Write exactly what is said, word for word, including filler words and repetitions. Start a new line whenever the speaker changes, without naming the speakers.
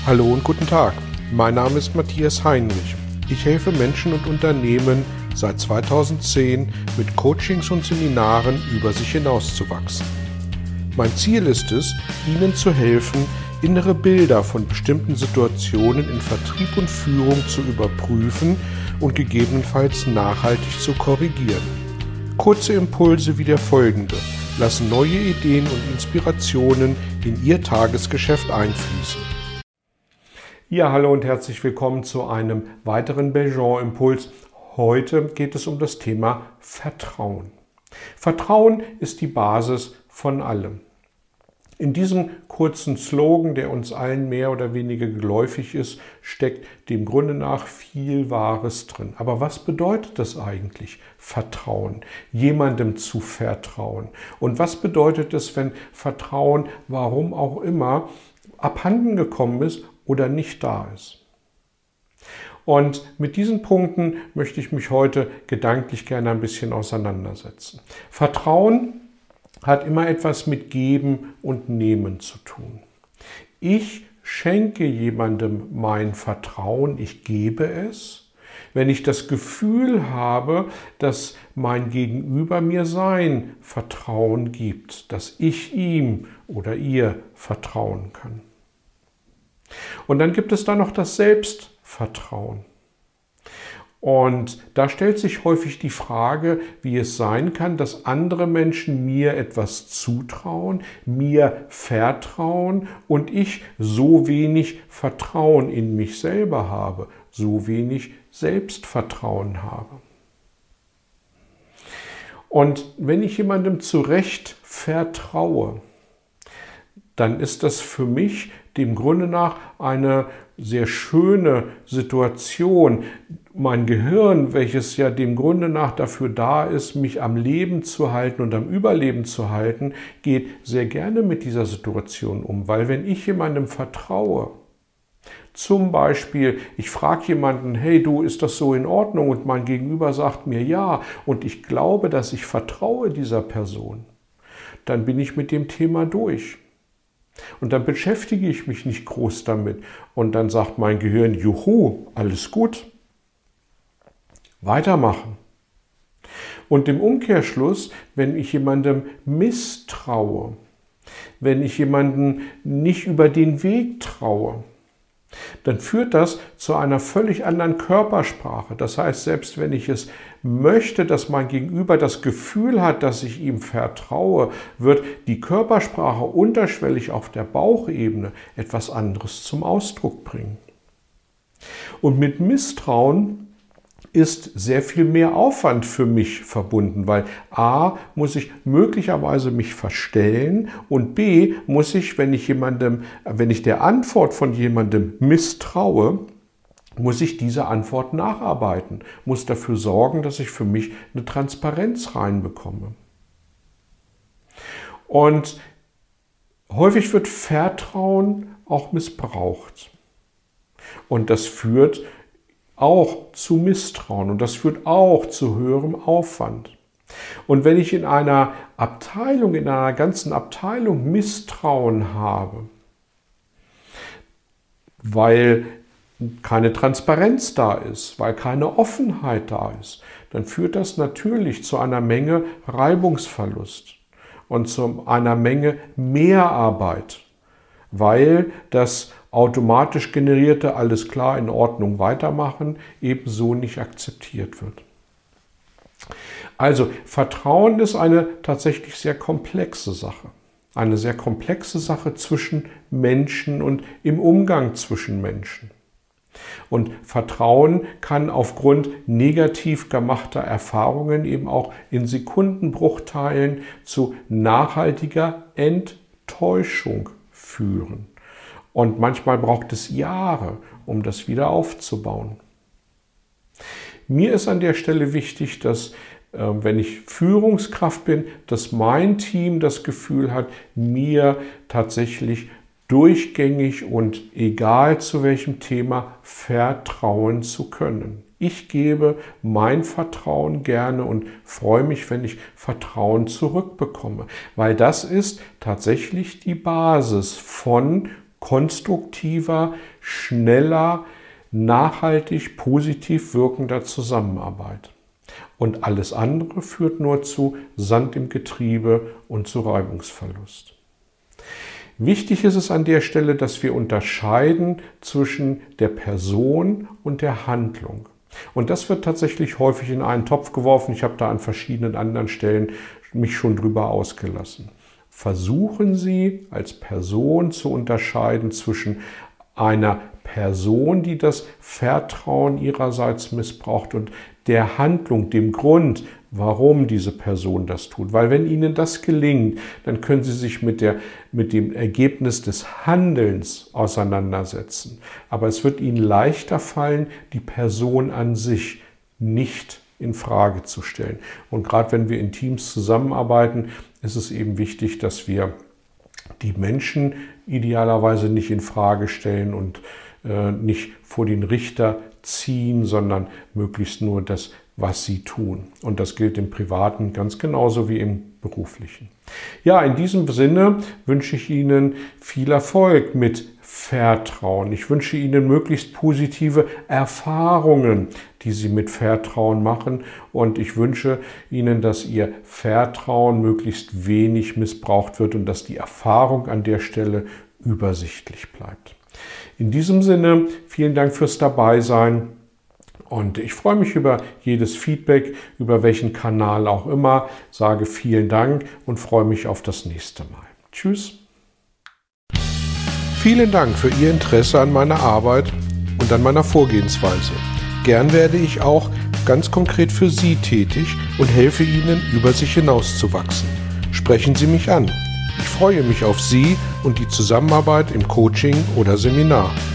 Hallo und guten Tag, mein Name ist Matthias Heinrich. Ich helfe Menschen und Unternehmen seit zweitausendzehn mit Coachings und Seminaren über sich hinauszuwachsen. Mein Ziel ist es, Ihnen zu helfen, innere Bilder von bestimmten Situationen in Vertrieb und Führung zu überprüfen und gegebenenfalls nachhaltig zu korrigieren. Kurze Impulse wie der folgende lassen neue Ideen und Inspirationen in Ihr Tagesgeschäft einfließen. Ja, hallo und herzlich willkommen zu einem weiteren Belgian-Impuls. Heute geht es um das Thema Vertrauen. Vertrauen ist die Basis von allem. In diesem kurzen Slogan, der uns allen mehr oder weniger geläufig ist, steckt dem Grunde nach viel Wahres drin. Aber was bedeutet das eigentlich? Vertrauen, jemandem zu vertrauen. Und was bedeutet es, wenn Vertrauen, warum auch immer, abhanden gekommen ist oder nicht da ist? Und mit diesen Punkten möchte ich mich heute gedanklich gerne ein bisschen auseinandersetzen. Vertrauen hat immer etwas mit Geben und Nehmen zu tun. Ich schenke jemandem mein Vertrauen, ich gebe es, wenn ich das Gefühl habe, dass mein Gegenüber mir sein Vertrauen gibt, dass ich ihm oder ihr vertrauen kann. Und dann gibt es da noch das Selbstvertrauen. Und da stellt sich häufig die Frage, wie es sein kann, dass andere Menschen mir etwas zutrauen, mir vertrauen und ich so wenig Vertrauen in mich selber habe, so wenig Selbstvertrauen habe. Und wenn ich jemandem zu Recht vertraue, dann ist das für mich dem Grunde nach eine sehr schöne Situation. Mein Gehirn, welches ja dem Grunde nach dafür da ist, mich am Leben zu halten und am Überleben zu halten, geht sehr gerne mit dieser Situation um. Weil wenn ich jemandem vertraue, zum Beispiel, ich frage jemanden, hey du, ist das so in Ordnung? Und mein Gegenüber sagt mir ja und ich glaube, dass ich vertraue dieser Person, dann bin ich mit dem Thema durch. Und dann beschäftige ich mich nicht groß damit. Und dann sagt mein Gehirn, juhu, alles gut. Weitermachen. Und im Umkehrschluss, wenn ich jemandem misstraue, wenn ich jemanden nicht über den Weg traue, dann führt das zu einer völlig anderen Körpersprache. Das heißt, selbst wenn ich es möchte, dass mein Gegenüber das Gefühl hat, dass ich ihm vertraue, wird die Körpersprache unterschwellig auf der Bauchebene etwas anderes zum Ausdruck bringen. Und mit Misstrauen ist sehr viel mehr Aufwand für mich verbunden, weil a, muss ich möglicherweise mich verstellen und b, muss ich, wenn ich jemandem, wenn ich der Antwort von jemandem misstraue, muss ich diese Antwort nacharbeiten, muss dafür sorgen, dass ich für mich eine Transparenz reinbekomme. Und häufig wird Vertrauen auch missbraucht. Und das führt auch zu Misstrauen und das führt auch zu höherem Aufwand. Und wenn ich in einer Abteilung, in einer ganzen Abteilung Misstrauen habe, weil keine Transparenz da ist, weil keine Offenheit da ist, dann führt das natürlich zu einer Menge Reibungsverlust und zu einer Menge Mehrarbeit, weil das automatisch generierte, alles klar, in Ordnung, weitermachen, ebenso nicht akzeptiert wird. Also Vertrauen ist eine tatsächlich sehr komplexe Sache. Eine sehr komplexe Sache zwischen Menschen und im Umgang zwischen Menschen. Und Vertrauen kann aufgrund negativ gemachter Erfahrungen eben auch in Sekundenbruchteilen zu nachhaltiger Enttäuschung führen. Und manchmal braucht es Jahre, um das wieder aufzubauen. Mir ist an der Stelle wichtig, dass, äh, wenn ich Führungskraft bin, dass mein Team das Gefühl hat, mir tatsächlich durchgängig und egal zu welchem Thema vertrauen zu können. Ich gebe mein Vertrauen gerne und freue mich, wenn ich Vertrauen zurückbekomme, weil das ist tatsächlich die Basis von konstruktiver, schneller, nachhaltig, positiv wirkender Zusammenarbeit. Und alles andere führt nur zu Sand im Getriebe und zu Reibungsverlust. Wichtig ist es an der Stelle, dass wir unterscheiden zwischen der Person und der Handlung. Und das wird tatsächlich häufig in einen Topf geworfen. Ich habe da an verschiedenen anderen Stellen mich schon drüber ausgelassen. Versuchen Sie als Person zu unterscheiden zwischen einer Person, die das Vertrauen ihrerseits missbraucht, und der Handlung, dem Grund, warum diese Person das tut. Weil wenn Ihnen das gelingt, dann können Sie sich mit, der, mit dem Ergebnis des Handelns auseinandersetzen. Aber es wird Ihnen leichter fallen, die Person an sich nicht in Frage zu stellen. Und gerade wenn wir in Teams zusammenarbeiten, ist es eben wichtig, dass wir die Menschen idealerweise nicht in Frage stellen und äh, nicht vor den Richter ziehen, sondern möglichst nur das, was sie tun. Und das gilt im Privaten ganz genauso wie im Beruflichen. Ja, in diesem Sinne wünsche ich Ihnen viel Erfolg mit Vertrauen. Ich wünsche Ihnen möglichst positive Erfahrungen, die Sie mit Vertrauen machen. Und ich wünsche Ihnen, dass Ihr Vertrauen möglichst wenig missbraucht wird und dass die Erfahrung an der Stelle übersichtlich bleibt. In diesem Sinne, vielen Dank fürs Dabeisein. Und ich freue mich über jedes Feedback, über welchen Kanal auch immer. Sage vielen Dank und freue mich auf das nächste Mal. Tschüss. Vielen Dank für Ihr Interesse an meiner Arbeit und an meiner Vorgehensweise. Gern werde ich auch ganz konkret für Sie tätig und helfe Ihnen, über sich hinauszuwachsen. Sprechen Sie mich an. Ich freue mich auf Sie und die Zusammenarbeit im Coaching oder Seminar.